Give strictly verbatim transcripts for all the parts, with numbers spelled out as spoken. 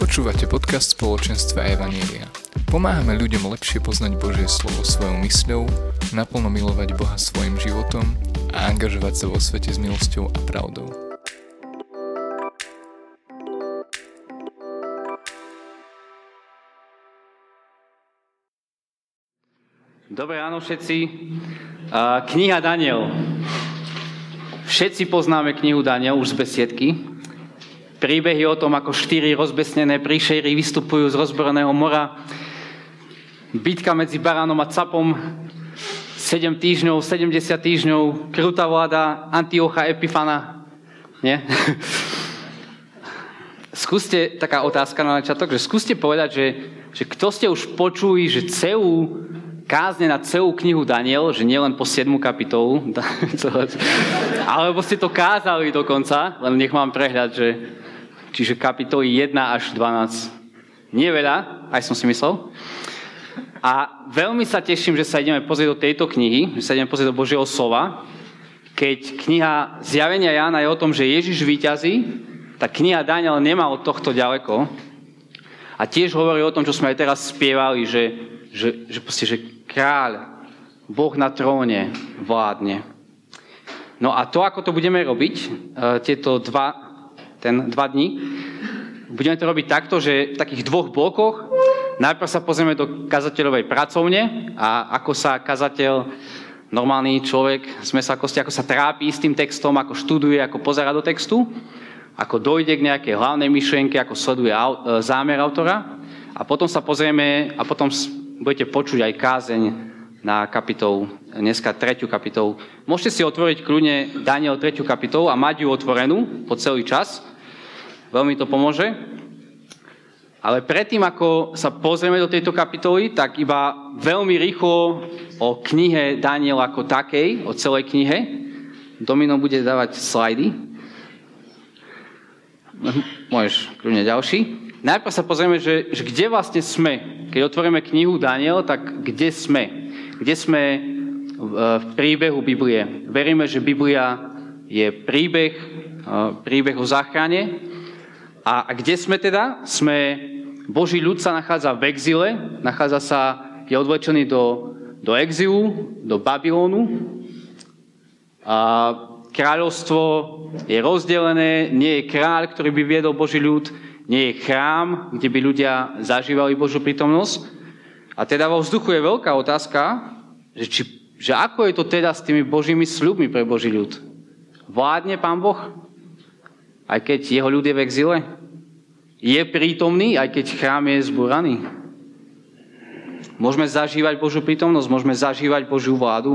Počúvate podcast Spoločenstva Evanjelia. Pomáhame ľuďom lepšie poznať Božie slovo svojou mysľou, naplno milovať Boha svojim životom a angažovať sa vo svete s milosťou a pravdou. Dobré ráno všetci. Kniha Daniel. Všetci poznáme knihu Daniel už z besiedky. Príbehy o tom, ako štyri rozbesnené príšery vystupujú z rozboreného mora. Bitka medzi baránom a capom. sedem týždňov, sedemdesiat týždňov. Krutá vláda Antiocha Epifana. Nie? Skúste, taká otázka na začiatok, že skúste povedať, že, že kto ste už počuli, že celú kázne na celú knihu Daniel, že nielen po siedmu kapitolu, alebo ste to kázali dokonca, len nech mám prehľad, že čiže kapitoly jeden až dvanásť. Nie veľa, aj som si myslel. A veľmi sa teším, že sa ideme pozrieť do tejto knihy, že sa ideme pozrieť do Božieho slova. Keď kniha Zjavenia Jána je o tom, že Ježiš víťazí, tak kniha Daniel nemá od tohto ďaleko. A tiež hovorí o tom, čo sme aj teraz spievali, že, že, že, proste, že kráľ, Boh na tróne vládne. No a to, ako to budeme robiť, tieto dva ten dva dní. Budeme to robiť takto, že v takých dvoch blokoch najprv sa pozrieme do kazateľovej pracovne a ako sa kazateľ, normálny človek, sme sa kosti, ako sa trápi s tým textom, ako študuje, ako pozerá do textu, ako dojde k nejakej hlavnej myšlienke, ako sleduje zámer autora a potom sa pozrieme a potom budete počuť aj kázeň na kapitolu, dneska tretiu kapitolu. Môžete si otvoriť kľudne Daniel tretiu kapitolu a mať ju otvorenú po celý čas. Veľmi to pomôže. Ale predtým, ako sa pozrieme do tejto kapitoly, tak iba veľmi rýchlo o knihe Daniel ako takej, o celej knihe. Domino bude dávať slajdy. Môžeš kľudne ďalší. Najprv sa pozrieme, že, že kde vlastne sme. Keď otvoríme knihu Daniel, tak kde sme? Kde sme v príbehu Biblie. Veríme, že Biblia je príbeh, príbeh o záchrane. A kde sme teda? Sme, Boží ľud sa nachádza v exile, nachádza sa, je odvlečený do, do exilu, do Babylonu. A kráľovstvo je rozdelené, nie je kráľ, ktorý by viedol Boží ľud, nie je chrám, kde by ľudia zažívali Božiu prítomnosť. A teda vo vzduchu je veľká otázka, že, či, že ako je to teda s tými Božími sľubmi pre Boží ľud? Vládne Pán Boh? Aj keď jeho ľud je v exile? Je prítomný, aj keď chrám je zbúraný? Môžeme zažívať Božiu prítomnosť? Môžeme zažívať Božiu vládu?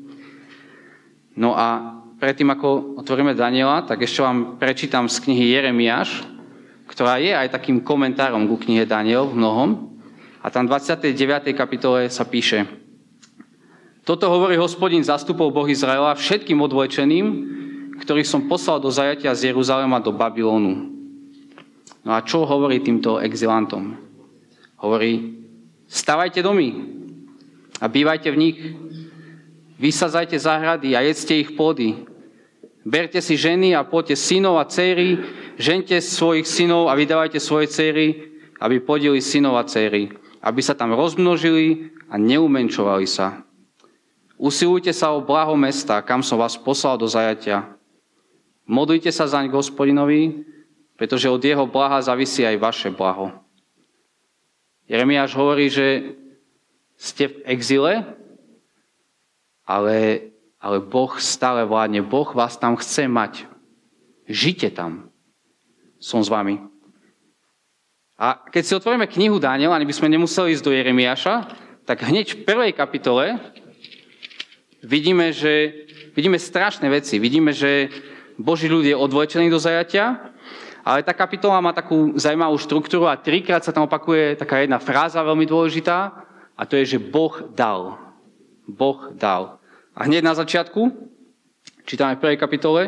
No a predtým, ako otvoríme Daniela, tak ešte vám prečítam z knihy Jeremiáš, ktorá je aj takým komentárom ku knihe Daniel v mnohom. A tam v dvadsiatej deviatej kapitole sa píše: Toto hovorí Hospodin zástupov Boh Izraela všetkým odvlečeným, ktorých som poslal do zajatia z Jeruzalema do Babylonu. No a čo hovorí týmto exilantom? Hovorí: stavajte domy a bývajte v nich, vysadzajte záhrady a jedzte ich plody. Berte si ženy a poďte synov a dcéry, žente svojich synov a vydávajte svoje dcéry, aby plodili synov a dcéry, aby sa tam rozmnožili a neumenčovali sa. Usilujte sa o blaho mesta, kam som vás poslal do zajatia. Modlite sa zaň Hospodinovi, pretože od jeho blaha závisí aj vaše blaho. Jeremiáš hovorí, že ste v exile, ale, ale Boh stále vládne. Boh vás tam chce mať. Žite tam. Som s vami. A keď si otvoríme knihu Daniel, ani by sme nemuseli ísť do Jeremiáša, tak hneď v prvej kapitole vidíme, že, vidíme strašné veci. Vidíme, že Boží ľud je odvlečený do zajatia, ale tá kapitola má takú zaujímavú štruktúru a trikrát sa tam opakuje taká jedna fráza veľmi dôležitá a to je, že Boh dal. Boh dal. A hneď na začiatku, čítame v prvej kapitole,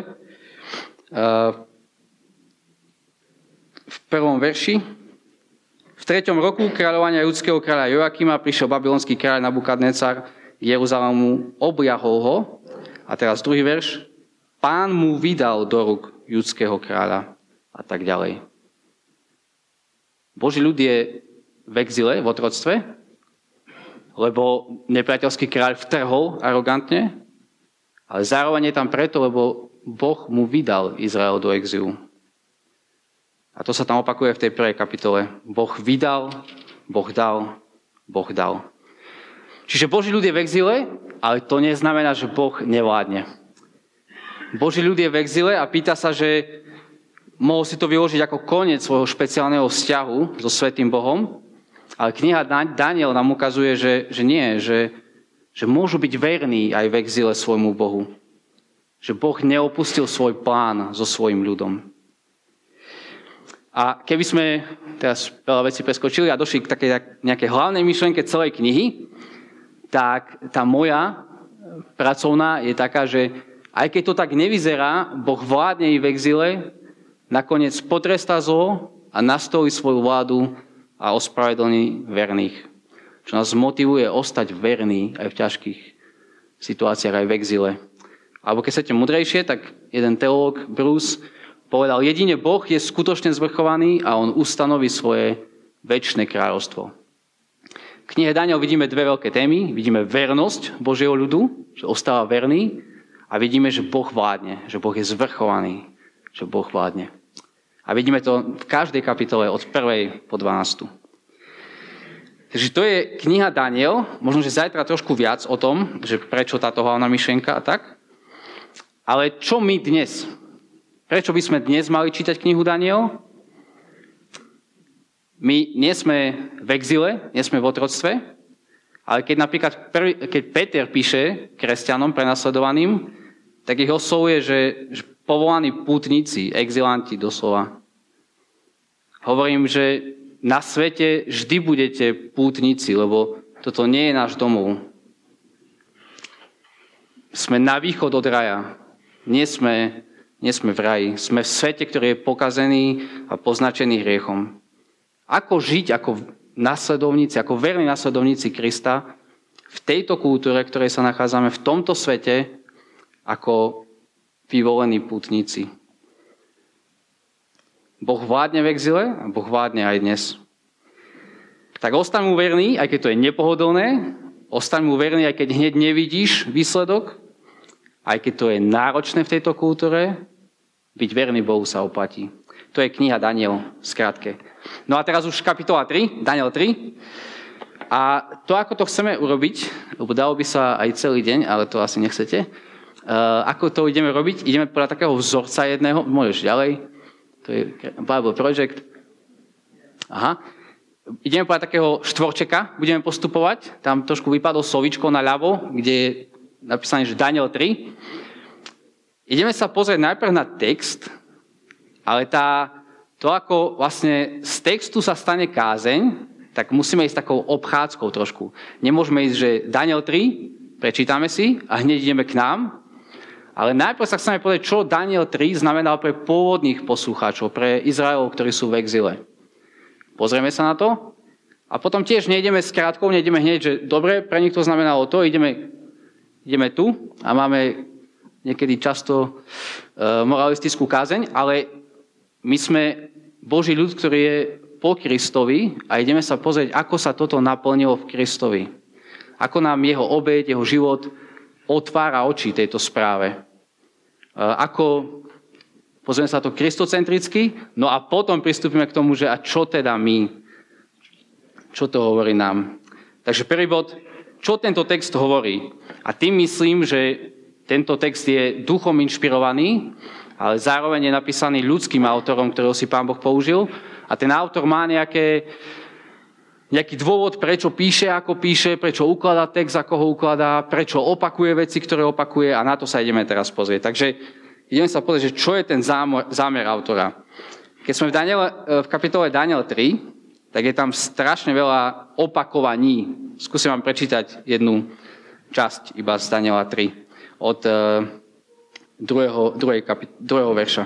v prvom verši: V treťom roku kráľovania judského kráľa Joakima prišiel babylonský kráľ Nabukadnecar k Jeruzalému, obliahol ho. A teraz druhý verš: Pán mu vydal do rúk judského kráľa a tak ďalej. Boží ľud je v exile, v otroctve, lebo nepriateľský kráľ vtrhol arogantne, ale zároveň je tam preto, lebo Boh mu vydal Izrael do exilu. A to sa tam opakuje v tej prvej kapitole. Boh vydal, Boh dal, Boh dal. Čiže Boží ľud je v exile, ale to neznamená, že Boh nevládne. Boží ľud je v exile a pýta sa, že mohol si to vyložiť ako koniec svojho špeciálneho vzťahu so Svätým Bohom, ale kniha Daniel nám ukazuje, že, že nie, že, že môžu byť verní aj v exile svojmu Bohu. Že Boh neopustil svoj plán so svojím ľudom. A keby sme teraz veľa vecí preskočili a došli k takej nejakej hlavnej myšlienke celej knihy, tak tá moja pracovná je taká, že aj keď to tak nevyzerá, Boh vládne i v exile, nakoniec potrestá zlo a nastolí svoju vládu a ospravedlní verných. Čo nás motivuje ostať verný aj v ťažkých situáciách, aj v exile. Alebo keď chcete mudrejšie, tak jeden teológ, Bruce, povedal, jedine Boh je skutočne zvrchovaný a on ustanoví svoje večné kráľovstvo. V knihe Daniel vidíme dve veľké témy. Vidíme vernosť Božieho ľudu, že ostáva verný, a vidíme, že Boh vládne, že Boh je zvrchovaný, že Boh vládne. A vidíme to v každej kapitole od prvej po dvanástu. Takže to je kniha Daniel. Možno, že zajtra trošku viac o tom, že prečo táto hlavná myšlienka a tak. Ale čo my dnes? Prečo by sme dnes mali čítať knihu Daniel? My nie sme v exile, nie sme v otroctve, ale keď napríklad prvý, keď Peter píše kresťanom prenasledovaným, tak ich oslovuje, že, že povolaní pútnici, exilanti doslova. Hovorím, že na svete vždy budete pútnici, lebo toto nie je náš domov. Sme na východ od raja. Nie sme, nie sme v raji. Sme v svete, ktorý je pokazený a poznačený hriechom. Ako žiť ako nasledovníci, ako verní nasledovníci Krista v tejto kultúre, v ktorej sa nachádzame, v tomto svete, ako vyvolení pútnici. Boh vládne v exile a Boh vládne aj dnes. Tak ostaň mu verný, aj keď to je nepohodlné, ostaň mu verný, aj keď hneď nevidíš výsledok, aj keď to je náročné v tejto kultúre, byť verný Bohu sa oplatí. To je kniha Daniel, v skratke. No a teraz už kapitola tri, Daniel tri. A to, ako to chceme urobiť, lebo dalo by sa aj celý deň, ale to asi nechcete, Uh, ako to ideme robiť? Ideme podľa takého vzorca jedného. Môžeš ďalej. To je Bible Project. Aha. Ideme podľa takého štvorčeka. Budeme postupovať. Tam trošku vypadlo slovíčko na ľavo, kde je napísané, že Daniel tri. Ideme sa pozrieť najprv na text, ale tá, to, ako vlastne z textu sa stane kázeň, tak musíme ísť takou obchádzkou trošku. Nemôžeme ísť, že Daniel tri, prečítame si a hneď ideme k nám. Ale najprv sa chceme povedať, čo Daniel tri znamenal pre pôvodných poslucháčov, pre Izraelov, ktorí sú v exile. Pozrieme sa na to a potom tiež nejdeme s krátkou, nejdeme hneď, že dobre, pre nich to znamenalo to, ideme, ideme tu a máme niekedy často e, moralistickú kázeň, ale my sme Boží ľud, ktorý je po Kristovi a ideme sa pozrieť, ako sa toto naplnilo v Kristovi. Ako nám jeho obeť, jeho život otvára oči tejto správe. Ako, pozrieme sa to kristocentricky, no a potom pristúpime k tomu, že a čo teda my? Čo to hovorí nám? Takže prvý bod, čo tento text hovorí? A tým myslím, že tento text je duchom inšpirovaný, ale zároveň je napísaný ľudským autorom, ktorého si Pán Boh použil. A ten autor má nejaké nejaký dôvod, prečo píše, ako píše, prečo ukladá text, ako ho ukladá, prečo opakuje veci, ktoré opakuje a na to sa ideme teraz pozrieť. Takže ideme sa pozrieť, že čo je ten zámer, zámer autora. Keď sme v, Daniel, v kapitole Daniel tri, tak je tam strašne veľa opakovaní. Skúsim vám prečítať jednu časť iba z Daniela tri od uh, druhého, druhej kapit- druhého verša.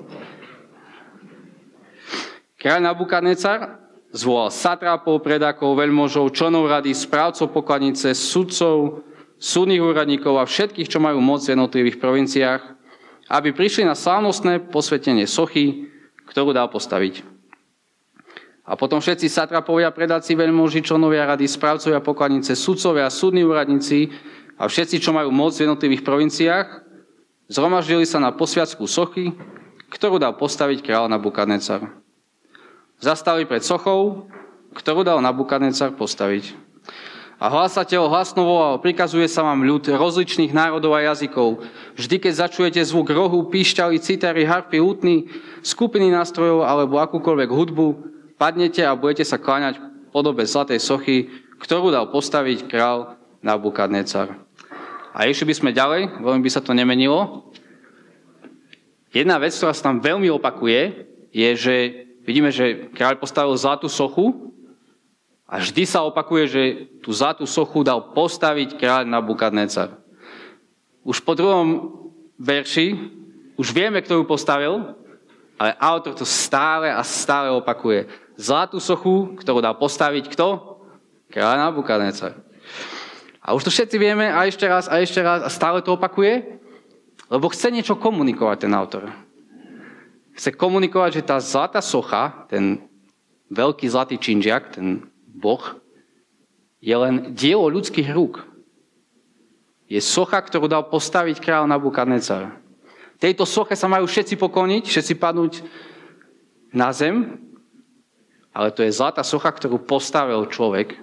Kráľ Nabukadnecar zvolal satrapov, predákov, veľmožov, členov rady, správcov pokladnice, sudcov, súdnych úradníkov a všetkých, čo majú moc v jednotlivých provinciách, aby prišli na slávnostné posvetenie sochy, ktorú dal postaviť. A potom všetci satrapovia, predáci, veľmoži, členovia rady, správcovia pokladnice, sudcovia, súdni úradníci a všetci, čo majú moc v jednotlivých provinciách, zhromaždili sa na posviacku sochy, ktorú dal postaviť kráľ Nabukadnecar. Zastali pred sochou, ktorú dal Nabukadnecar postaviť. A hlásateľ hlasno volal, prikazuje sa vám ľud rozličných národov a jazykov. Vždy, keď začujete zvuk rohu, píšťaly, citary, harfy, hutny, skupiny nástrojov alebo akúkoľvek hudbu, padnete a budete sa kláňať v podobe zlatej sochy, ktorú dal postaviť král Nabukadnecar. A išli by sme ďalej, veľmi by sa to nemenilo. Jedna vec, ktorá sa tam veľmi opakuje, je, že vidíme, že kráľ postavil zlatú sochu a vždy sa opakuje, že tú zlatú sochu dal postaviť kráľ Nabukadnecar. Už po druhom verši už vieme, kto ju postavil, ale autor to stále a stále opakuje. Zlatú sochu, ktorú dal postaviť kto? Kráľ Nabukadnecar. A už to všetci vieme a ešte raz a ešte raz a stále to opakuje, lebo chce niečo komunikovať ten autor. Chce komunikovať, že tá zlatá socha, ten veľký zlatý činžiak, ten Boh, je len dielo ľudských rúk. Je socha, ktorú dal postaviť kráľ Nabukadnecar. Tejto soche sa majú všetci pokloniť, všetci padnúť na zem, ale to je zlatá socha, ktorú postavil človek.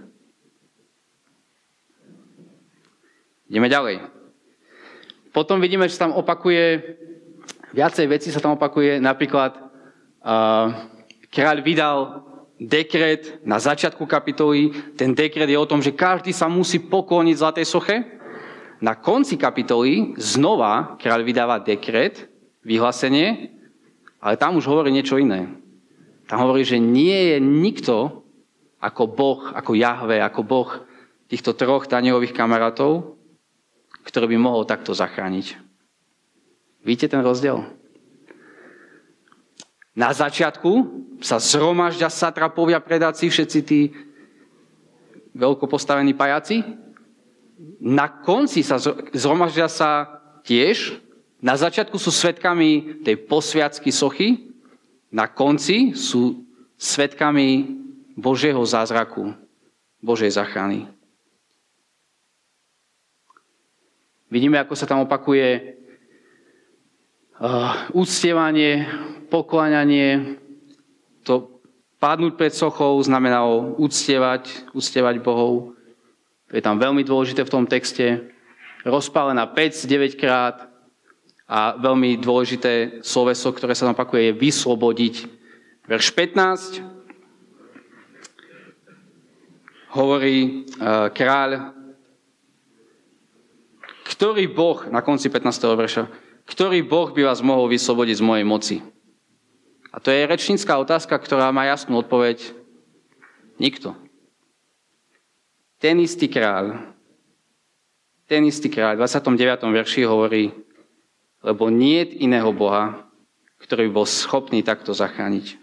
Ideme ďalej. Potom vidíme, že sa tam opakuje, viacej vecí sa tam opakuje, napríklad uh, kráľ vydal dekret na začiatku kapitoly. Ten dekret je o tom, že každý sa musí pokloniť zlatej soche. Na konci kapitoly znova kráľ vydáva dekret, vyhlásenie, ale tam už hovorí niečo iné. Tam hovorí, že nie je nikto ako Boh, ako Jahve, ako Boh týchto troch daňových kamarátov, ktorý by mohol takto zachrániť. Vidíte ten rozdiel? Na začiatku sa zhromaždia satrapovia, predáci, všetci tí veľkopostavení pajaci. Na konci sa zhromaždia sa tiež. Na začiatku sú svedkami tej posviacky sochy. Na konci sú svedkami Božieho zázraku, Božej záchrany. Vidíme, ako sa tam opakuje uh, uctievanie, pokláňanie. To padnúť pred sochou znamenalo uctievať, uctievať Bohov. To je tam veľmi dôležité v tom texte. Rozpálená päť deväť krát a veľmi dôležité sloveso, ktoré sa tam opakuje, je vyslobodiť. Verš pätnásť hovorí uh, kráľ, ktorý Boh, na konci pätnásteho verša, ktorý Boh by vás mohol vyslobodiť z mojej moci? A to je rečnícka otázka, ktorá má jasnú odpoveď. Nikto. Ten istý kráľ, ten istý kráľ, v dvadsiatom deviatom verši hovorí, lebo nie je iného Boha, ktorý by bol schopný takto zachrániť.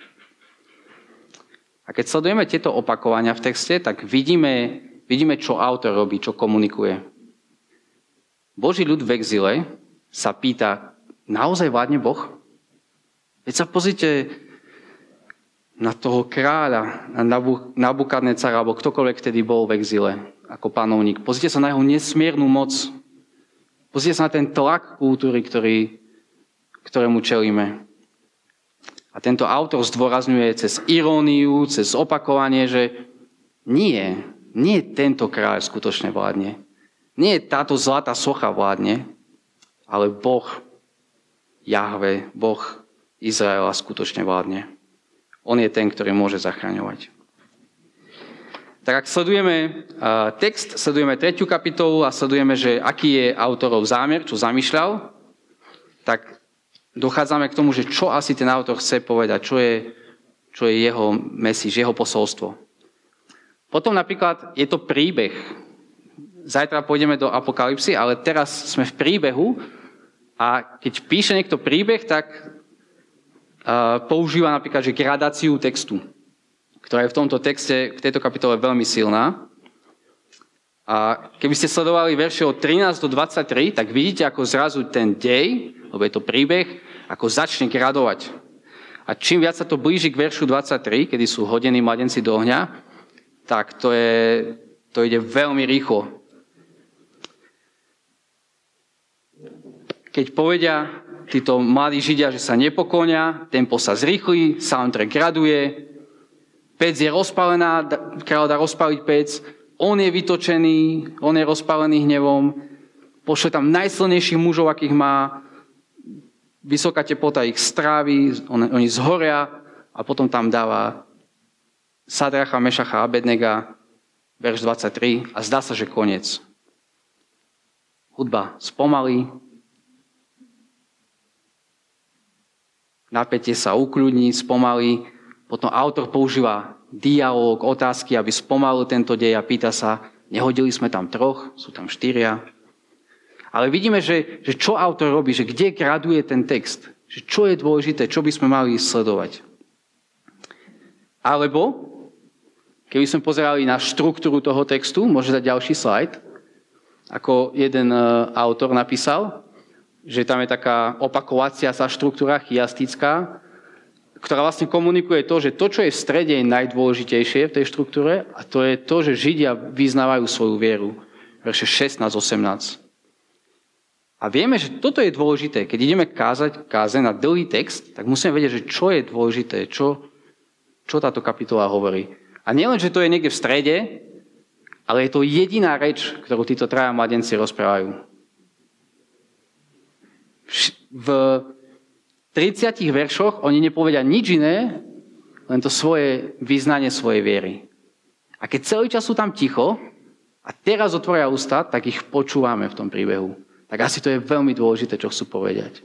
A keď sledujeme tieto opakovania v texte, tak vidíme, vidíme, čo autor robí, čo komunikuje. Boží ľud v exile sa pýta, naozaj vládne Boh? Veď sa pozrite na toho kráľa, na Nabukadnecara, alebo ktokoľvek vtedy bol v exile ako panovník. Pozrite sa na jeho nesmiernu moc. Pozrite sa na ten tlak kultúry, ktorý, ktorému čelíme. A tento autor zdôrazňuje cez iróniu, cez opakovanie, že nie, nie tento kráľ skutočne vládne. Nie táto zlatá socha vládne, ale Boh, Jahve, Boh Izraela skutočne vládne. On je ten, ktorý môže zachraňovať. Tak ak sledujeme uh, text, sledujeme tretiu kapitolu a sledujeme, že aký je autorov zámer, čo zamýšľal, tak dochádzame k tomu, že čo asi ten autor chce povedať, čo je, čo je jeho message, jeho posolstvo. Potom napríklad je to príbeh. Zajtra pôjdeme do Apokalypsy, ale teraz sme v príbehu a keď píše niekto príbeh, tak uh, používa napríklad že gradáciu textu, ktorá je v tomto texte, v tejto kapitole veľmi silná. A keby ste sledovali verše od trinásť do dvadsaťtri, tak vidíte, ako zrazu ten dej, lebo je to príbeh, ako začne gradovať. A A čím viac sa to blíži k veršu dvadsaťtri, kedy sú hodení mladenci do ohňa, tak to, je, to ide veľmi rýchlo. Keď povedia títo mladí Židia, že sa nepoklonia, tempo sa zrýchli, soundtrack graduje, pec je rozpálená, kráľ dá rozpáliť pec, on je vytočený, on je rozpálený hnevom, pošle tam najsilnejších mužov, akých má, vysoká teplota ich strávi, on, oni zhoria a potom tam dáva Sadracha, Mešacha a Abednega, verš dvadsaťtri a zdá sa, že koniec. Hudba spomalí, napätie sa ukľudní, spomalí, potom autor používa dialóg, otázky, aby spomalil tento dej a pýta sa, nehodili sme tam troch, sú tam štyria. Ale vidíme, že, že čo autor robí, že kde graduje ten text, že čo je dôležité, čo by sme mali sledovať. Alebo, keby sme pozerali na štruktúru toho textu, môže dať ďalší slajd, ako jeden uh, autor napísal, že tam je taká opakovacia sa štruktúra chiastická, ktorá vlastne komunikuje to, že to, čo je v strede, je najdôležitejšie v tej štruktúre a to je to, že Židia vyznávajú svoju vieru. Verše šestnásť osemnásť. A vieme, že toto je dôležité. Keď ideme kázať kázeň na dlhý text, tak musíme vedieť, že čo je dôležité, čo, čo táto kapitola hovorí. A nielen, že to je niekde v strede, ale je to jediná reč, ktorú títo traja mladenci rozprávajú. V tridsiatich veršoch oni nepovedia nič iné, len to svoje vyznanie svojej viery. A keď celý čas sú tam ticho a teraz otvoria ústa, tak ich počúvame v tom príbehu. Tak asi to je veľmi dôležité, čo chcú povedať.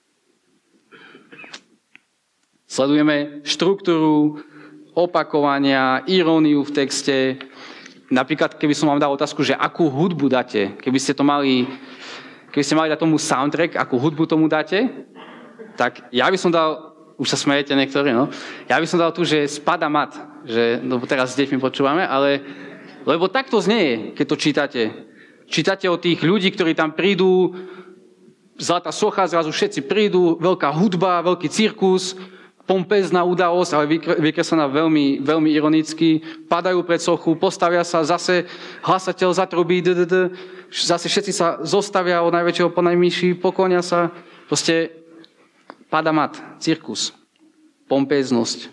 Sledujeme štruktúru, opakovania, iróniu v texte. Napríklad, keby som vám dal otázku, že akú hudbu dáte, keby ste to mali, keby ste mali dať tomu soundtrack, akú hudbu tomu dáte, tak ja by som dal, už sa smejete niektorí, no, ja by som dal tu, že Spada mat, že, no teraz s deťmi počúvame, ale, lebo takto znie, keď to čítate. Čítate o tých ľudí, ktorí tam prídu, zlatá socha, zrazu všetci prídu, veľká hudba, veľký cirkus, pompezná udalosť, ale vykreslená veľmi, veľmi ironicky, padajú pred sochu, postavia sa, zase hlasateľ zatrubí, zase všetci sa zostavia od najväčšieho po najmenší, poklonia sa, proste pada mat, cirkus, pompeznosť.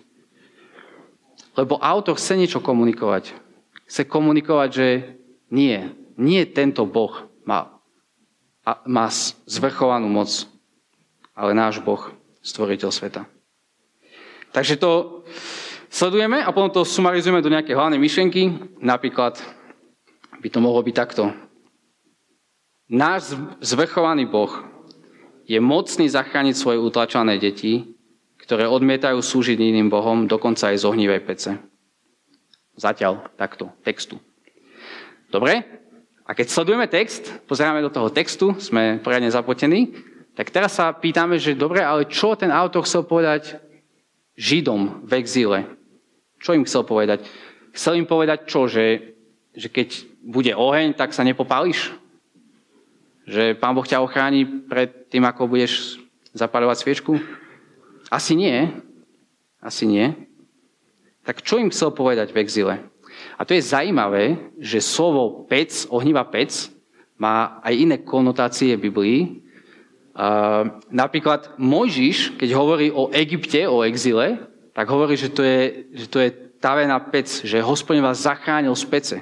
Lebo autor chce niečo komunikovať. Chce komunikovať, že nie, nie tento Boh má, má zvrchovanú moc, ale náš Boh, stvoriteľ sveta. Takže to sledujeme a potom to sumarizujeme do nejaké hlavnej myšlienky. Napríklad by to mohlo byť takto. Náš zvrchovaný Boh je mocný zachrániť svoje utlačané deti, ktoré odmietajú slúžiť iným Bohom, dokonca aj z ohnivej pece. Zatiaľ takto, textu. Dobre? A keď sledujeme text, pozeráme do toho textu, sme poriadne zapotení, tak teraz sa pýtame, že dobre, ale čo ten autor chcel povedať Židom v exíle? Čo im chcel povedať? Chcel im povedať čo? Že, že keď bude oheň, tak sa nepopálíš? Že Pán Boh ťa ochráni pred tým, ako budeš zapaľovať sviečku? Asi nie. Asi nie. Tak čo im chcel povedať v exíle? A to je zaujímavé, že slovo pec, ohnivá pec, má aj iné konotácie v Biblii. Uh, napríklad Mojžiš, keď hovorí o Egypte, o exíle, tak hovorí, že to je, že to je tavená pec, že Hospodin vás zachránil z pece.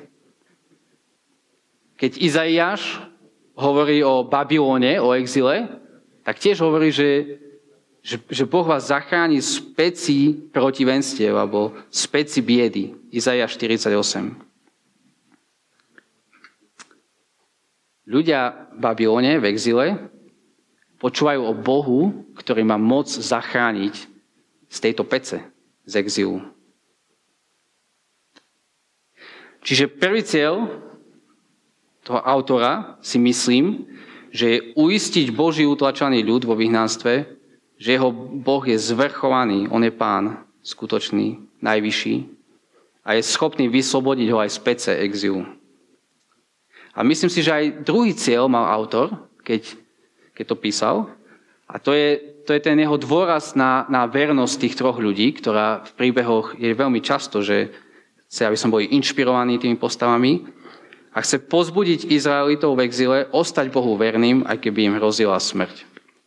Keď Izaiáš hovorí o Babylone, o exíle, tak tiež hovorí, že, že, že Boh vás zachráni z pecí protivenstiev, alebo z peci biedy. Izaiáš štyridsaťosem. Ľudia v Babylone, v exíle, počúvajú o Bohu, ktorý má moc zachrániť z tejto pece, z exílu. Čiže prvý cieľ toho autora, si myslím, že je uistiť Boží utlačaný ľud vo vyhnanstve, že jeho Boh je zvrchovaný, on je Pán, skutočný, najvyšší a je schopný vyslobodiť ho aj z pece exílu. A myslím si, že aj druhý cieľ mal autor, keď, keď to písal, a to je, to to je ten jeho dôraz na, na vernosť tých troch ľudí, ktorá v príbehoch je veľmi často, že chce, aby som boli inšpirovaní tými postavami a chce pozbudiť Izraelitov v exile, ostať Bohu verným, aj keby im hrozila smrť.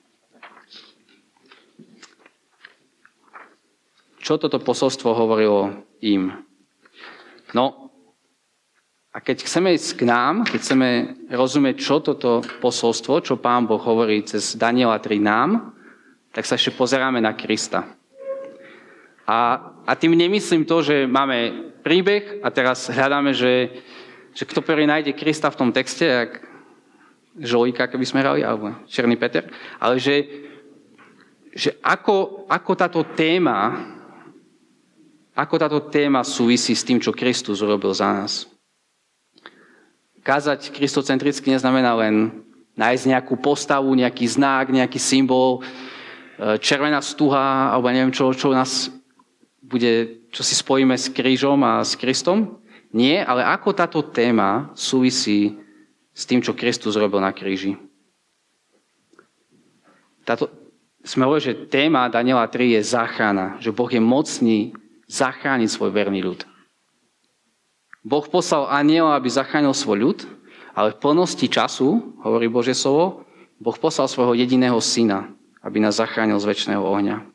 Čo toto posolstvo hovorilo im? No, a keď chceme ísť k nám, keď chceme rozumieť, čo toto posolstvo, čo Pán Boh hovorí cez Daniela tri nám, tak sa ešte pozeráme na Krista. A, a tým nemyslím to, že máme príbeh a teraz hľadáme, že, že kto prvý nájde Krista v tom texte, jak Žolíka, keby sme hrali, alebo Černý Peter, ale že, že ako, ako táto téma, ako táto téma súvisí s tým, čo Kristus urobil za nás. Kázať kristocentricky neznamená len nájsť nejakú postavu, nejaký znak, nejaký symbol, červená stuha, alebo neviem čo, čo nás bude, čo si spojíme s krížom a s Kristom. Nie, ale ako táto téma súvisí s tým, čo Kristus robil na kríži. Táto, sme hovorili, že téma Daniela tri je záchrana, že Boh je mocný zachrániť svoj verný ľud. Boh poslal anjela, aby zachránil svoj ľud, ale v plnosti času, hovorí Božie slovo, Boh poslal svojho jediného syna, aby nás zachránil z večného ohňa.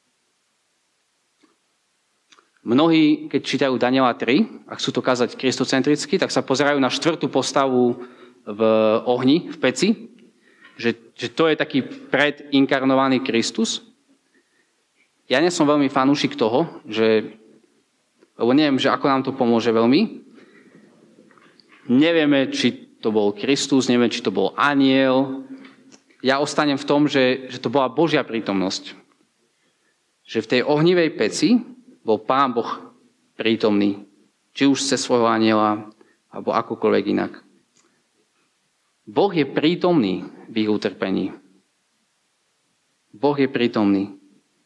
Mnohí, keď čítajú Daniela tri, ak chcú to kázať kristocentricky, tak sa pozerajú na štvrtú postavu v ohni, v peci, že, že to je taký predinkarnovaný Kristus. Ja nie som veľmi fanúšik toho, že, lebo neviem, že ako nám to pomôže veľmi. Nevieme, či to bol Kristus, neviem, či to bol anjel. Ja ostanem v tom, že, že to bola Božia prítomnosť. Že v tej ohnivej peci bol Pán Boh prítomný. Či už cez svojho anjela, alebo akokoľvek inak. Boh je prítomný v ich utrpení. Boh je prítomný.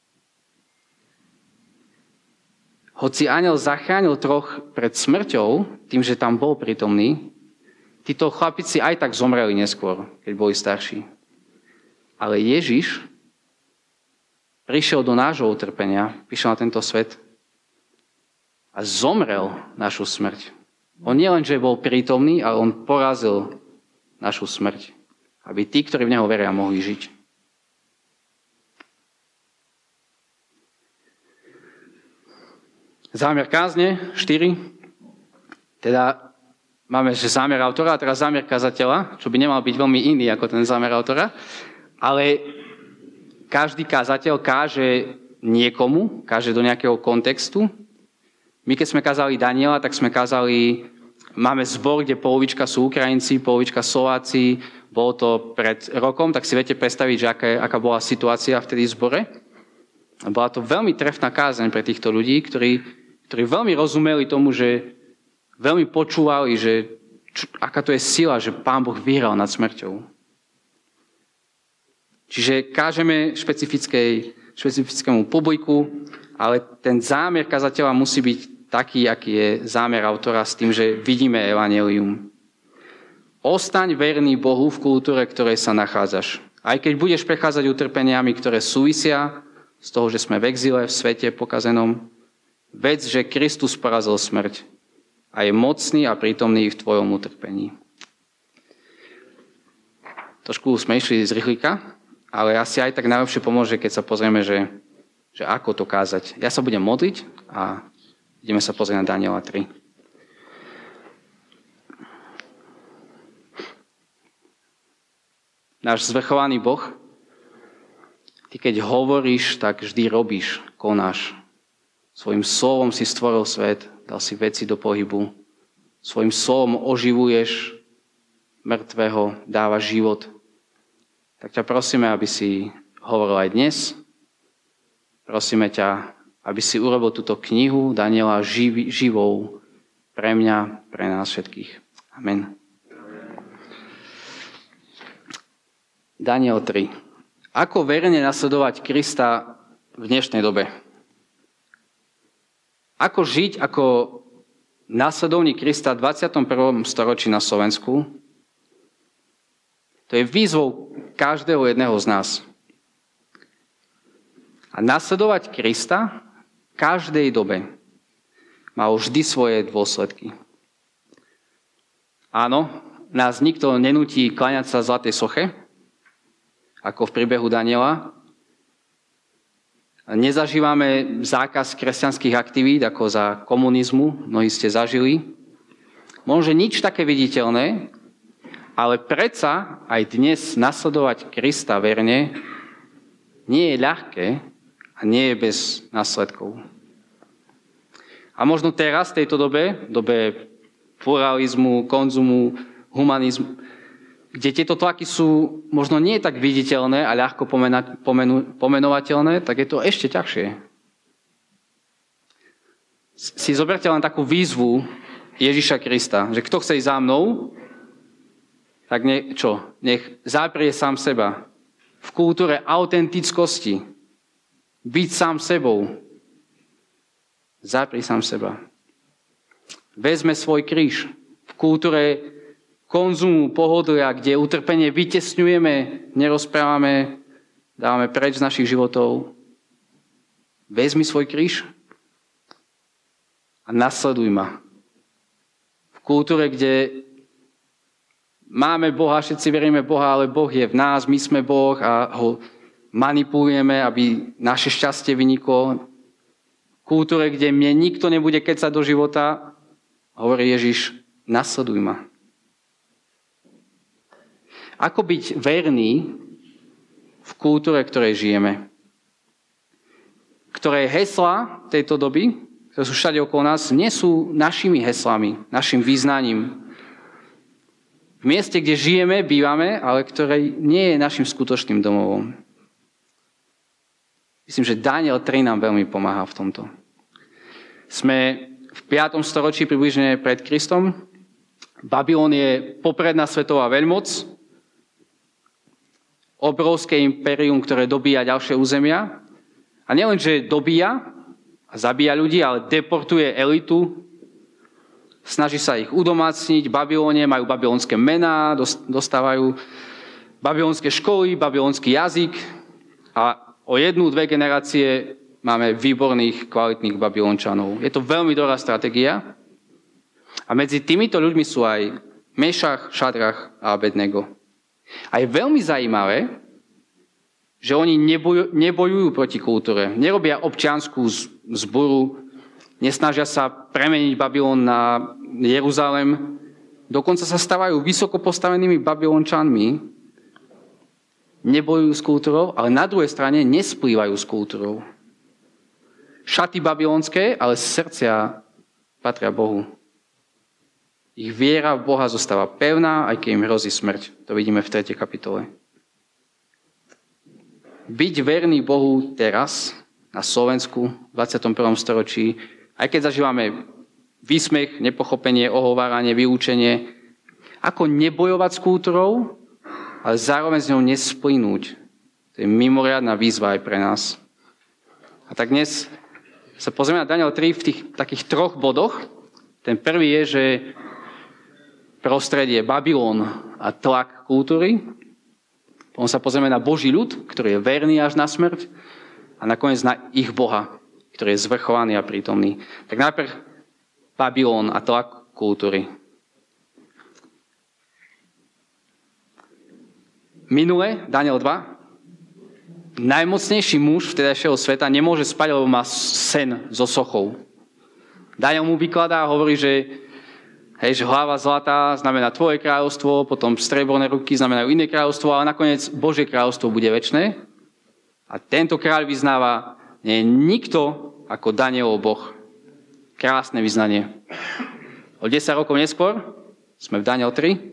Hoci anjel zachránil troch pred smrťou, tým, že tam bol prítomný, títo chlapici aj tak zomreli neskôr, keď boli starší. Ale Ježiš prišiel do nášho utrpenia, prišiel na tento svet a zomrel našu smrť. On nie len, že bol prítomný, ale on porazil našu smrť, aby tí, ktorí v neho veria, mohli žiť. Zámer kázne, štyri. Teda máme, že zámer autora a teraz zámer kazateľa, čo by nemal byť veľmi iný ako ten zámer autora. Ale každý kázateľ káže niekomu, káže do nejakého kontextu. My keď sme kázali Daniela, tak sme kázali, máme zbor, kde polovička sú Ukrajinci, polovička Slováci. Bolo to pred rokom, tak si viete predstaviť, že aká, aká bola situácia vtedy v zbore. Bola to veľmi trefná kázeň pre týchto ľudí, ktorí ktorí veľmi rozumeli tomu, že veľmi počúvali, že čo, aká to je sila, že Pán Boh vyhral nad smrťou. Čiže kážeme špecifickému publiku, ale ten zámer kazateľa musí byť taký, aký je zámer autora s tým, že vidíme evanjelium. Ostaň verný Bohu v kultúre, ktorej sa nachádzaš. Aj keď budeš prechádzať utrpeniami, ktoré súvisia z toho, že sme v exile, v svete pokazenom, vec, že Kristus porazil smrť a je mocný a prítomný v tvojom utrpení. Trošku sme išli z rýchlika, ale asi aj tak najlepšie pomôže, keď sa pozrieme, že, že ako to kázať. Ja sa budem modliť a ideme sa pozrieť na Daniela tri. Náš zvrchovaný Boh, ty keď hovoríš, tak vždy robíš, konáš. Svojím slovom si stvoril svet, dal si veci do pohybu. Svojím slovom oživuješ mŕtvého, dávaš život. Tak ťa prosíme, aby si hovoril aj dnes. Prosíme ťa, aby si urobil túto knihu Daniela živ, živou pre mňa, pre nás všetkých. Amen. Daniel tri. Ako verne nasledovať Krista v dnešnej dobe? Ako žiť ako následovník Krista v dvadsiatom prvom storočí na Slovensku? To je výzvou každého jedného z nás. A nasledovať Krista v každej dobe má vždy svoje dôsledky. Áno, nás nikto nenúti kláňať sa zlatej soche, ako v príbehu Daniela. Nezažívame zákaz kresťanských aktivít, ako za komunizmu, mnohí ste zažili. Možno nič také viditeľné, ale predsa aj dnes nasledovať Krista verne nie je ľahké a nie je bez následkov. A možno teraz, v tejto dobe, dobe pluralizmu, konzumu, humanizmu, kde tieto tlaky sú možno nie tak viditeľné a ľahko pomena- pomenu- pomenovateľné, tak je to ešte ťažšie. Si zoberte len takú výzvu Ježiša Krista, že kto chce ísť za mnou, tak ne, čo? Nech zaprie sám seba. V kultúre autentickosti. Byť sám sebou. Zapri sám seba. Vezme svoj kríž. V kultúre konzumu, pohodlia, kde utrpenie vytesňujeme, nerozprávame, dávame preč z našich životov. Vezmi svoj kríž a nasleduj ma. V kultúre, kde máme Boha, všetci veríme Boha, ale Boh je v nás, my sme Boh a ho manipulujeme, aby naše šťastie vyniklo. V kultúre, kde mne nikto nebude kecať do života, hovorí Ježiš, nasleduj ma. Ako byť verný v kultúre, v ktorej žijeme? Ktoré heslá tejto doby, ktoré sú všade okolo nás, nie sú našimi heslami, našim význaním. V mieste, kde žijeme, bývame, ale ktoré nie je našim skutočným domovom. Myslím, že Daniel tri nám veľmi pomáha v tomto. Sme v piatom storočí približne pred Kristom. Babylon je popredná svetová veľmoc, obrovské impérium, ktoré dobíja ďalšie územia. A nielen, že dobíja a zabíja ľudí, ale deportuje elitu, snaží sa ich udomácniť. V Babylone majú babylonské mená, dostávajú babylonské školy, babylonský jazyk a o jednu, dve generácie máme výborných, kvalitných Babylončanov. Je to veľmi dobrá stratégia. A medzi týmito ľuďmi sú aj Mešach, Šadrach a Abednego. A je veľmi zaujímavé, že oni nebojujú, nebojujú proti kultúre. Nerobia občiansku zboru, nesnažia sa premeniť Babylon na Jeruzalem. Dokonca sa stávajú vysoko postavenými Babylončanmi. Nebojujú s kultúrou, ale na druhej strane nesplývajú s kultúrou. Šaty babylonské, ale srdcia patria Bohu. Ich viera v Boha zostáva pevná, aj keď im hrozí smrť. To vidíme v tretej kapitole. Byť verný Bohu teraz, na Slovensku, v dvadsiatom prvom storočí, aj keď zažívame výsmech, nepochopenie, ohováranie, vyúčenie, ako nebojovať s kultúrou, ale zároveň s ňou nesplynúť. To je mimoriadna výzva aj pre nás. A tak dnes sa pozrieme na Daniel tri v tých takých troch bodoch. Ten prvý je, že prostredie Babylon a tlak kultúry. Potom sa pozrieme na Boží ľud, ktorý je verný až na smrť. A nakoniec na ich Boha, ktorý je zvrchovaný a prítomný. Tak najprv Babylon a tlak kultúry. Minule, Daniel dva, najmocnejší muž vtedajšieho sveta nemôže spať, lebo má sen so sochou. Daniel mu vykladá a hovorí, že hej, že hlava zlatá znamená tvoje kráľovstvo, potom strieborné ruky znamenajú iné kráľovstvo, ale nakoniec Božie kráľovstvo bude večné. A tento kráľ vyznáva, nie je nikto ako Danielov Boh. Krásne vyznanie. O desať rokov neskôr sme v Daniel tri.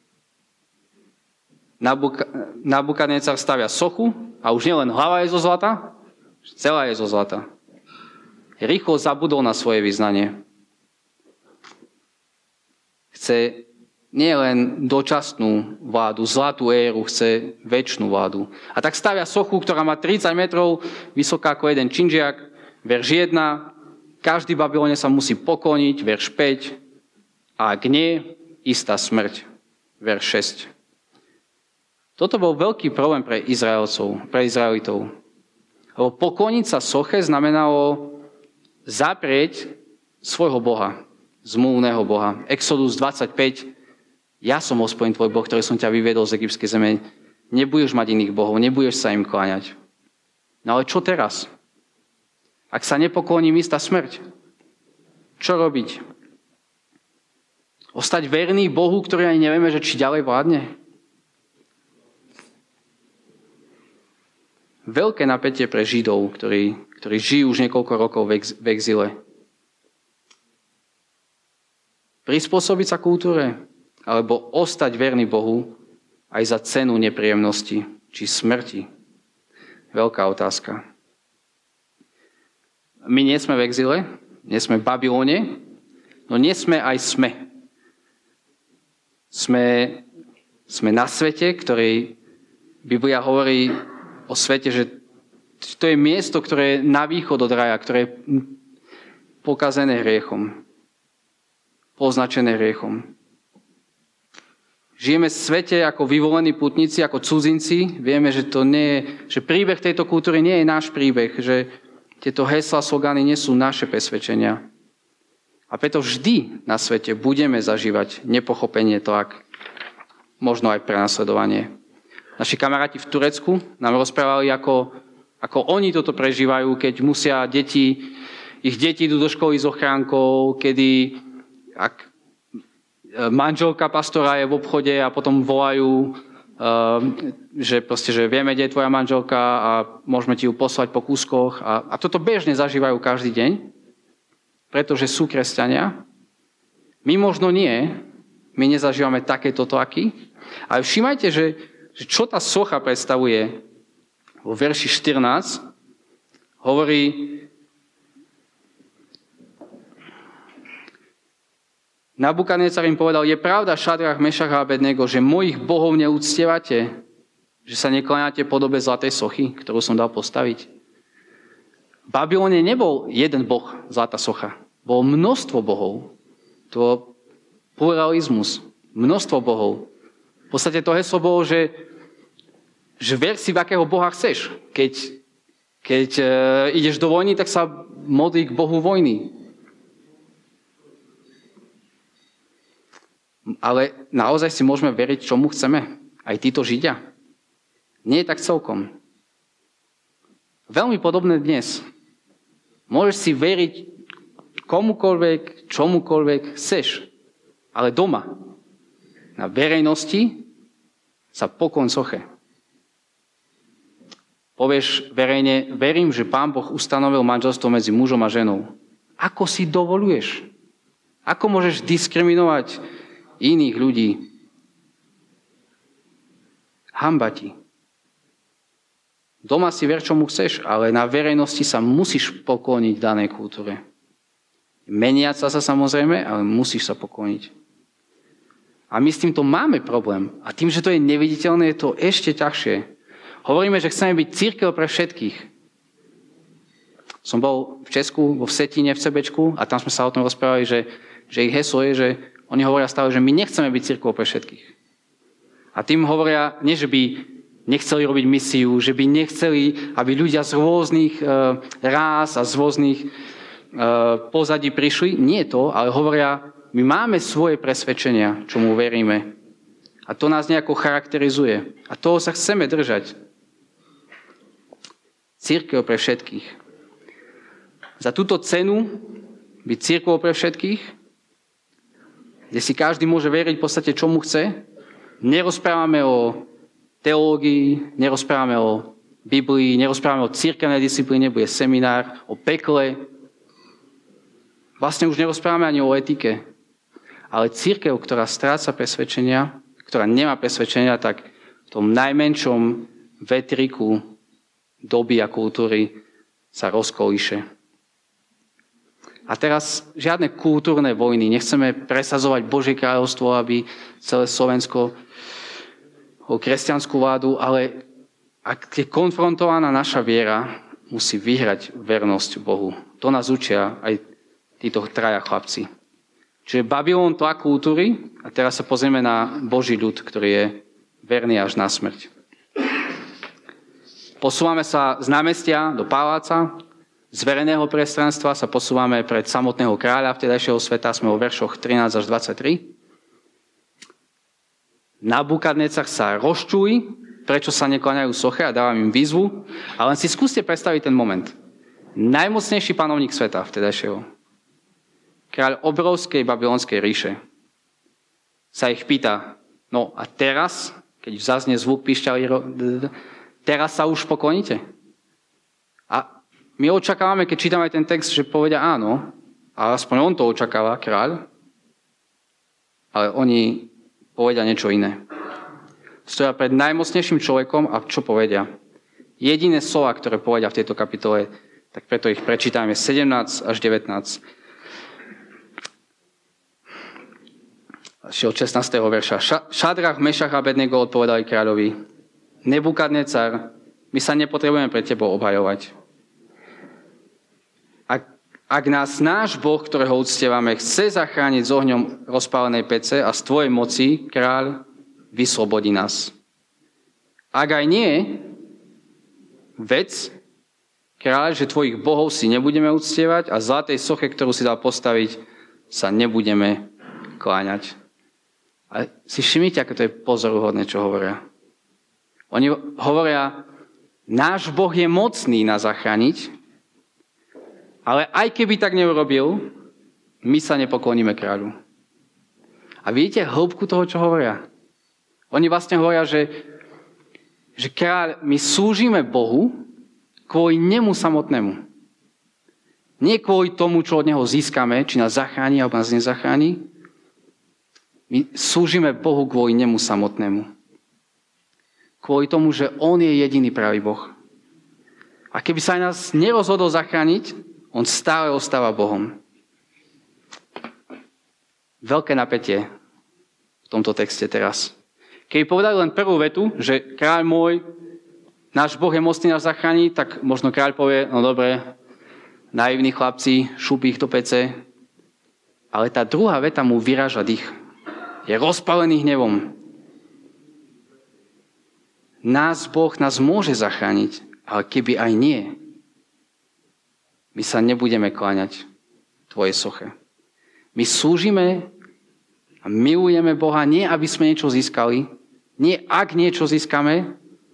Nabukadnecar stavia sochu a už nielen hlava je zo zlata, celá je zo zlata. Rýchlo zabudol na svoje vyznanie. Chce nie len dočasnú vládu, zlatú éru, chce večnú vládu. A tak stavia sochu, ktorá má tridsať metrov, vysoká ako jeden činžiak, verš jeden, každý v Babylone sa musí pokloniť, verš päť, a ak nie, istá smrť, verš šesť. Toto bol veľký problém pre Izraelcov, pre Izraelitov. Lebo pokloniť sa soche znamenalo zaprieť svojho Boha, zmluvného Boha. Exodus dvadsaťpäť. Ja som Hospodin tvoj Boh, ktorý som ťa vyviedol z egyptskej zeme. Nebudeš mať iných bohov, nebudeš sa im kláňať. No ale čo teraz? Ak sa nepokloním, istá smrť. Čo robiť? Ostať verný Bohu, ktorý ani nevieme, že či ďalej vládne? Veľké napätie pre Židov, ktorí, ktorí žijú už niekoľko rokov v, ex, v exile. Prispôsobiť sa kultúre? Alebo ostať verný Bohu aj za cenu nepríjemnosti či smrti? Veľká otázka. My nie sme v exile, nie sme v Babylone, no nie sme aj sme. Sme, sme na svete, ktorý Biblia hovorí o svete, že to je miesto, ktoré je na východ od raja, ktoré je pokazené hriechom, poznačené hriechom. Žijeme v svete ako vyvolení putníci, ako cudzinci. Vieme, že, to nie je, že príbeh tejto kultúry nie je náš príbeh, že tieto heslá, slogány nie sú naše presvedčenia. A preto vždy na svete budeme zažívať nepochopenie, tlak, možno aj prenasledovanie. Naši kamaráti v Turecku nám rozprávali, ako, ako oni toto prežívajú, keď musia deti, ich deti idú do školy s ochránkou, kedy ak manželka pastora je v obchode a potom volajú, že proste, že vieme, kde je tvoja manželka a môžeme ti ju poslať po kúskoch. A, a toto bežne zažívajú každý deň, pretože sú kresťania. My možno nie, my nezažívame takéto tlaky, ale všimajte, že, že čo tá socha predstavuje vo verši štrnásť, hovorí: Nabukadnecar im povedal, je pravda, Šadrach, Mešach a Abednego, že mojich bohov neúctievate, že sa nekláňate podobe zlatej sochy, ktorú som dal postaviť. V Babylone nebol jeden boh, zlatá socha. Bolo množstvo bohov. To bol pluralizmus. Množstvo bohov. V podstate to heslo bolo, že, že ver si, v akého boha chceš. Keď, keď e, ideš do vojny, tak sa modlí k bohu vojny. Ale naozaj si môžeme veriť, čomu chceme. Aj títo Židia. Nie je tak celkom. Veľmi podobné dnes. Môžeš si veriť komukoľvek, čomukoľvek chceš. Ale doma. Na verejnosti sa pokloň soche. Povieš verejne, verím, že Pán Boh ustanovil manželstvo medzi mužom a ženou. Ako si dovoluješ? Ako môžeš diskriminovať iných ľudí? Hanba ti. Doma si ver, čomu chceš, ale na verejnosti sa musíš pokloniť danej kultúre. Meniať sa sa samozrejme, ale musíš sa pokloniť. A my s týmto máme problém. A tým, že to je neviditeľné, je to ešte ťažšie. Hovoríme, že chceme byť cirkev pre všetkých. Som bol v Česku, vo Vsetíne, v CBčku a tam sme sa o tom rozprávali, že, že ich heslo je, že oni hovoria stále, že my nechceme byť cirkvou pre všetkých. A tým hovoria, nie že by nechceli robiť misiu, že by nechceli, aby ľudia z rôznych e, rás a z rôznych e, pozadí prišli. Nie to, ale hovoria, my máme svoje presvedčenia, čomu veríme. A to nás nejako charakterizuje. A toho sa chceme držať. Cirkev pre všetkých. Za túto cenu byť cirkvou pre všetkých, kde si každý môže veriť v podstate, čomu chce. Nerozprávame o teológii, nerozprávame o Biblii, nerozprávame o cirkevnej disciplíne, bude seminár, o pekle. Vlastne už nerozprávame ani o etike. Ale cirkev, ktorá stráca presvedčenia, ktorá nemá presvedčenia, tak v tom najmenšom vetriku doby a kultúry sa rozkolíše. A teraz žiadne kultúrne vojny. Nechceme presadzovať Božie kráľovstvo, aby celé Slovensko o kresťanskú vládu, ale ak je konfrontovaná naša viera, musí vyhrať vernosť Bohu. To nás učia aj títo traja chlapci. Čiže Babylon tlak kultúry a teraz sa pozrieme na Boží ľud, ktorý je verný až na smrť. Posúvame sa z námestia do paláca, z verejného priestranstva sa posúvame pred samotného kráľa vtedajšieho sveta, sme vo veršoch trinásť až dvadsaťtri. Nabukadnecar sa rozčúli, prečo sa nekláňajú soche a dávam im výzvu, ale len si skúste predstaviť ten moment. Najmocnejší panovník sveta vtedajšieho, kráľ obrovskej babylonskej ríše, sa ich pýta, no a teraz, keď zaznie zvuk píšťalí, teraz sa už pokloníte? A my očakávame, keď čítame ten text, že povedia áno, a aspoň on to očakáva, kráľ, ale oni povedia niečo iné. Stoja pred najmocnejším človekom a čo povedia? Jediné slova, ktoré povedia v tejto kapitole, tak preto ich prečítame sedemnásť až devätnásť. Od šestnásteho verša. Šadrach, Mešach a Abednego odpovedali kráľovi, Nebukadnecar, my sa nepotrebujeme pre tebou obhajovať. Ak, ak nás náš Boh, ktorého uctievame, chce zachrániť s ohňom rozpálenej pece a z tvojej moci, kráľ, vyslobodí nás. Ak aj nie, vec, kráľ, že tvojich bohov si nebudeme uctievať a zlatej soche, ktorú si dal postaviť, sa nebudeme kláňať. A si všimnite, ako to je pozoruhodné, čo hovoria. Oni hovoria, náš Boh je mocný nás zachrániť, ale aj keby tak neurobil, my sa nepokloníme kráľu. A vidíte hĺbku toho, čo hovoria? Oni vlastne hovoria, že, že kráľ, my slúžime Bohu kvôli nemu samotnému. Nie kvôli tomu, čo od neho získame, či nás zachráni, alebo nás nezachráni. My slúžime Bohu kvôli nemu samotnému. Kvôli tomu, že on je jediný pravý Boh. A keby sa aj nás nerozhodol zachrániť, on stále ostáva Bohom. Veľké napätie v tomto texte teraz. Keby povedali len prvú vetu, že kráľ môj, náš Boh je mocný nás zachrániť, tak možno kráľ povie, no dobre, naivní chlapci, šúpi ich do pece. Ale tá druhá veta mu vyráža dých. Je rozpálený hnevom. Nás Boh nás môže zachrániť, ale keby aj nie, my sa nebudeme kláňať tvojej soche. My slúžime a milujeme Boha nie, aby sme niečo získali, nie ak niečo získame,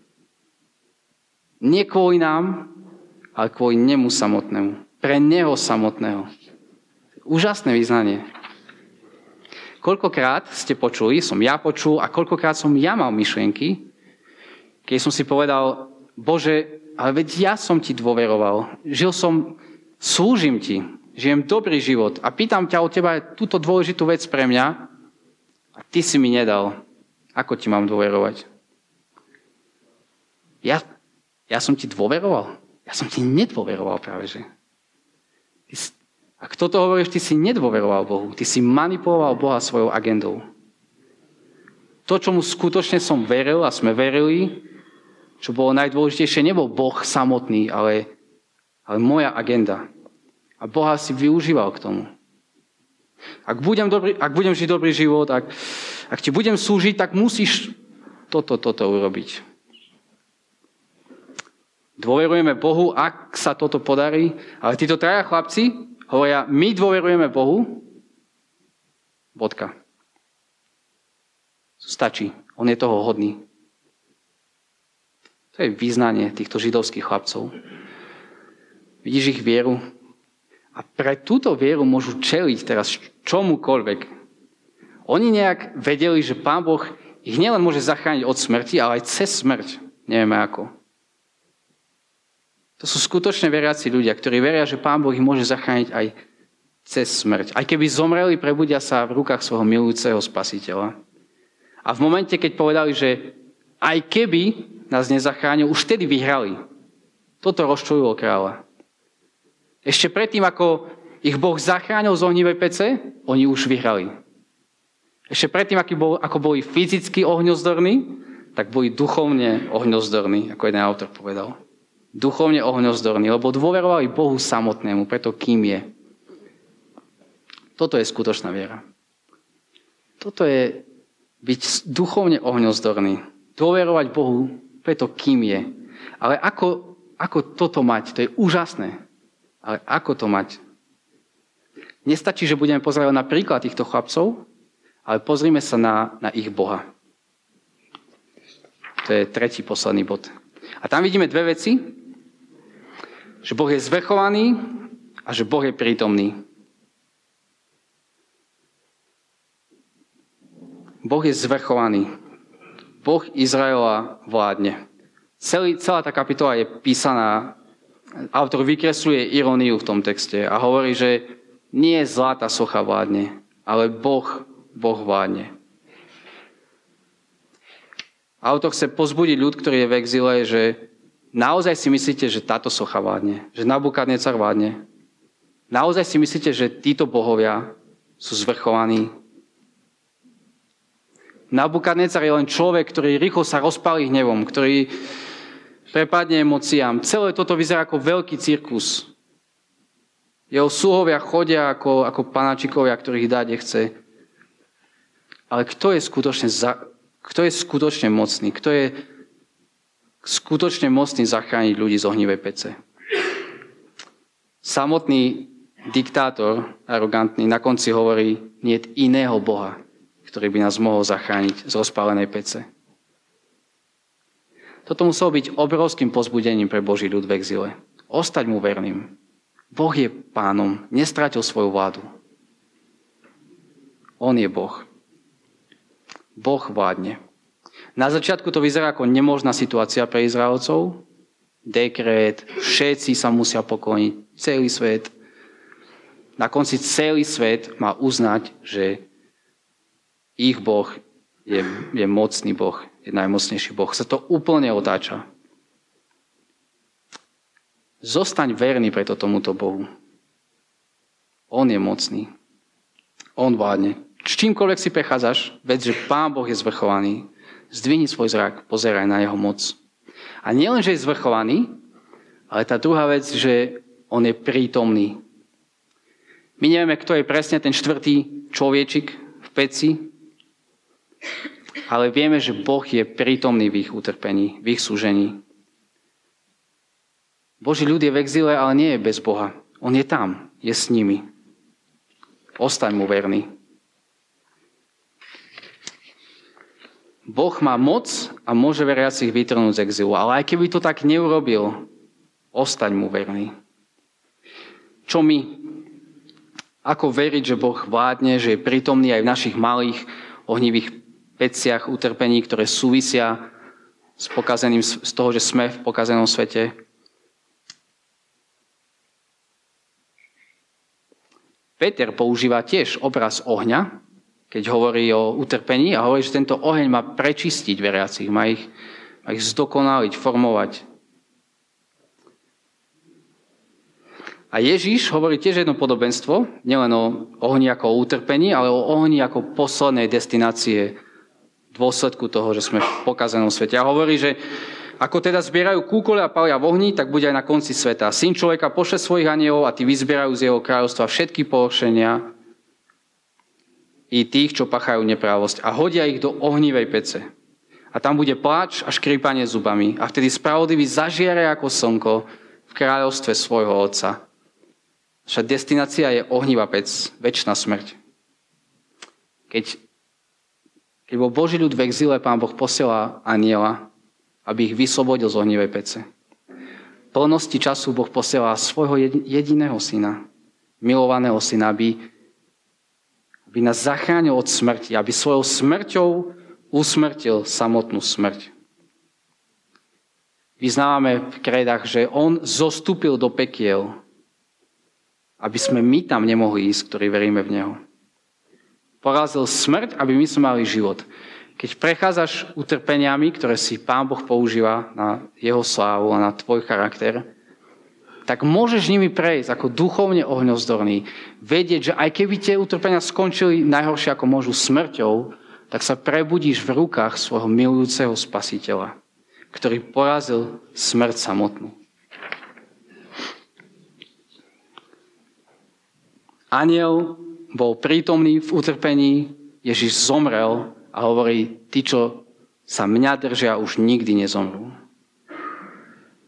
nie kvôli nám, ale kvôli nemu samotnému. Pre neho samotného. Úžasné vyznanie. Koľkokrát ste počuli, som ja počul a koľkokrát som ja mal myšlienky, keď som si povedal, Bože, ale veď ja som ti dôveroval. Žil som, slúžim ti, žijem dobrý život a pýtam ťa od teba túto dôležitú vec pre mňa a ty si mi nedal. Ako ti mám dôverovať? Ja, ja som ti dôveroval? Ja som ti nedôveroval práve, že? Ty, ak toto hovoríš, ty si nedôveroval Bohu. Ty si manipuloval Boha svojou agendou. To, čomu skutočne som veril a sme verili, čo bolo najdôležitejšie, nebol Boh samotný, ale, ale moja agenda. A Boha si využíval k tomu. Ak budem, dobrý, ak budem žiť dobrý život, ak, ak ti budem slúžiť, tak musíš toto, toto urobiť. Dôverujeme Bohu, ak sa toto podarí, ale títo traja chlapci hovoria, my dôverujeme Bohu, bodka. Stačí, on je toho hodný. To je význanie týchto židovských chlapcov. Vidíš ich vieru? A pre túto vieru môžu čeliť teraz čomukoľvek. Oni nejak vedeli, že Pán Boh ich nielen môže zachrániť od smrti, ale aj cez smrť. Nevieme ako. To sú skutočne veriaci ľudia, ktorí veria, že Pán Boh ich môže zachrániť aj cez smrť. Aj keby zomreli, prebudia sa v rukách svojho milujúceho Spasiteľa. A v momente, keď povedali, že aj keby nás nezachránil, už vtedy vyhrali. Toto rozčulilo kráľa. Ešte predtým, ako ich Boh zachránil z ohnivej pece, oni už vyhrali. Ešte predtým, ako boli fyzicky ohňozdorní, tak boli duchovne ohňozdorní, ako jeden autor povedal. Duchovne ohňozdorní, lebo dôverovali Bohu samotnému, preto kým je. Toto je skutočná viera. Toto je byť duchovne ohňozdorný. Dôverovať Bohu, preto kým je. Ale ako, ako toto mať? To je úžasné. Ale ako to mať? Nestačí, že budeme pozerať na príklad týchto chlapcov, ale pozrime sa na, na ich Boha. To je tretí, posledný bod. A tam vidíme dve veci. Že Boh je zvrchovaný a že Boh je prítomný. Boh je zvrchovaný. Boh Izraela vládne. Celý, celá tá kapitola je písaná, autor vykresluje iróniu v tom texte a hovorí, že nie zlatá socha vládne, ale Boh, Boh vládne. Autor chce pozbudiť ľud, ktorý je v exíle, že naozaj si myslíte, že táto socha vládne, že Nabukadnecar vládne. Naozaj si myslíte, že títo bohovia sú zvrchovaní. Nabukadnecar je len človek, ktorý rýchlo sa rozpálí hnevom, ktorý prepadne emóciám. Celé toto vyzerá ako veľký cirkus. Jeho sluhovia chodia ako, ako panáčikovia, ktorých dať chce. Ale kto je skutočne, za, kto je skutočne mocný? Kto je skutočne mocný zachrániť ľudí z ohnivej pece? Samotný diktátor, arogantný, na konci hovorí, niet iného Boha, ktorý by nás mohol zachrániť z rozpálenej pece. Toto muselo byť obrovským pozbudením pre Boží ľud v exíle. Ostať mu verným. Boh je pánom, nestratil svoju vládu. On je Boh. Boh vládne. Na začiatku to vyzerá ako nemožná situácia pre Izraelcov. Dekret, všetci sa musia pokloniť, celý svet. Na konci celý svet má uznať, že ich Boh je, je mocný Boh, je najmocnejší Boh. Sa to úplne otáča. Zostaň verný preto tomuto Bohu. On je mocný. On vládne. S čímkoľvek si prechádzaš, vedz, že Pán Boh je zvrchovaný. Zdvihni svoj zrak, pozeraj na jeho moc. A nielen, že je zvrchovaný, ale tá druhá vec, že on je prítomný. My nevieme, kto je presne ten štvrtý človečik v peci, ale vieme, že Boh je prítomný v ich utrpení, v ich súžení. Boží ľud je v exíle, ale nie je bez Boha. On je tam, je s nimi. Ostaň mu verný. Boh má moc a môže veriacich vytrhnúť z exílu, ale aj keby to tak neurobil, ostaň mu verný. Čo my? Ako veriť, že Boh vládne, že je prítomný aj v našich malých ohnivých peciach utrpení, ktoré súvisia s pokazeným, z toho, že sme v pokazenom svete? Peter používa tiež obraz ohňa, keď hovorí o utrpení a hovorí, že tento oheň má prečistiť veriacich, má ich, má ich zdokonaliť, formovať. A Ježiš hovorí tiež jedno podobenstvo, nielen o ohni ako o utrpení, ale o ohni ako poslednej destinácie v dôsledku toho, že sme v pokazanom svete. A hovorí, že ako teda zbierajú kúkole a palia v ohni, tak bude aj na konci sveta. Syn človeka pošle svojich anielov a tí vyzbierajú z jeho kráľovstva všetky pohoršenia i tých, čo pachajú neprávosť a hodia ich do ohnivej pece. A tam bude pláč a škrípanie zubami. A vtedy spravodlivý zažiare ako slnko v kráľovstve svojho Otca. Naša destinácia je ohnivá pec, večná smrť. Keď, keď bol Boží ľud v exíle, Pán Boh posiela aniela, aby ich vyslobodil z ohnivej pece. V plnosti času Boh posiela svojho jediného syna, milovaného syna, aby, aby nás zachránil od smrti, aby svojou smrťou usmrtil samotnú smrť. Vyznávame v krédach, že on zostúpil do pekiel, aby sme my tam nemohli ísť, ktorí veríme v Neho. Porazil smrť, aby my sme mali život. Keď prechádzaš utrpeniami, ktoré si Pán Boh používa na jeho slávu a na tvoj charakter, tak môžeš nimi prejsť ako duchovne ohňozdorný. Vedieť, že aj keby tie utrpenia skončili najhoršie ako môžu smrťou, tak sa prebudíš v rukách svojho milujúceho Spasiteľa, ktorý porazil smrť samotnú. Anjel bol prítomný v utrpení, Ježiš zomrel a hovorí, tí, čo sa mňa držia, už nikdy nezomrú.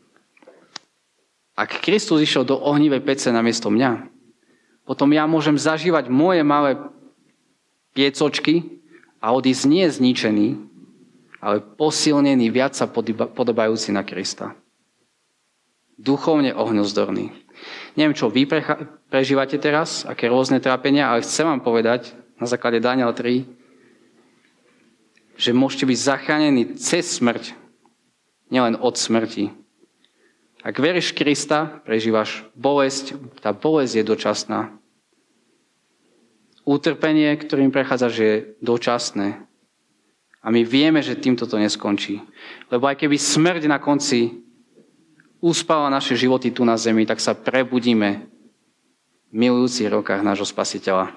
Ak Kristus išiel do ohnivej pece namiesto mňa, potom ja môžem zažívať moje malé piecočky a odísť nie zničený, ale posilnený, viac sa podobajúci na Krista. Duchovne ohňozdorný. Neviem, čo vy prežívate teraz, aké rôzne trápenia, ale chcem vám povedať na základe Daniela tri, že môžete byť zachránení cez smrť, nielen od smrti. Ak veríš Krista, prežívaš bolesť, tá bolesť je dočasná. Utrpenie, ktorým prechádzaš, je dočasné. A my vieme, že týmto to neskončí. Lebo aj keby smrť na konci uspala naše životy tu na zemi, tak sa prebudíme v milujúcich rokách nášho Spasiteľa.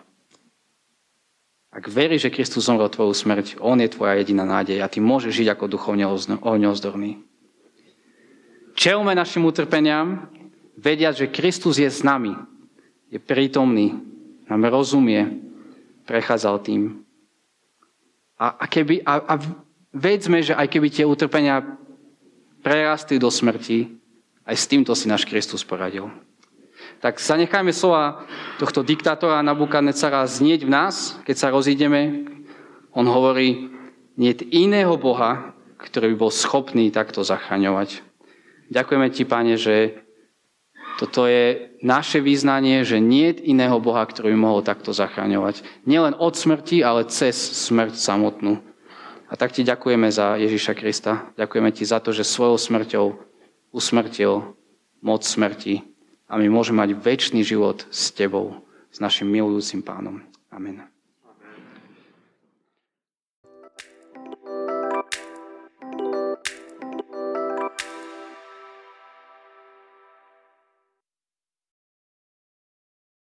Ak veríš, že Kristus zomrel tvoju smrť, on je tvoja jediná nádej a ty môžeš žiť ako duchovne ohňozdorný. Čelme našim utrpeniam, vediať, že Kristus je s nami, je prítomný, nám rozumie, prechádzal tým. A, a, keby, a, a vedzme, že aj keby tie utrpenia prerastli do smrti, aj s týmto si náš Kristus poradil. Tak zanechajme slova tohto diktátora Nabukadnecara znieť v nás, keď sa rozídeme. On hovorí, niet iného Boha, ktorý by bol schopný takto zachraňovať. Ďakujeme ti, Pane, že toto je naše vyznanie, že nie je iného Boha, ktorý by mohol takto zachraňovať. Nielen od smrti, ale cez smrť samotnú. A tak ti ďakujeme za Ježiša Krista. Ďakujeme ti za to, že svojou smrťou usmrtil moc smrti a my môžeme mať večný život s tebou, s našim milujúcim Pánom. Amen.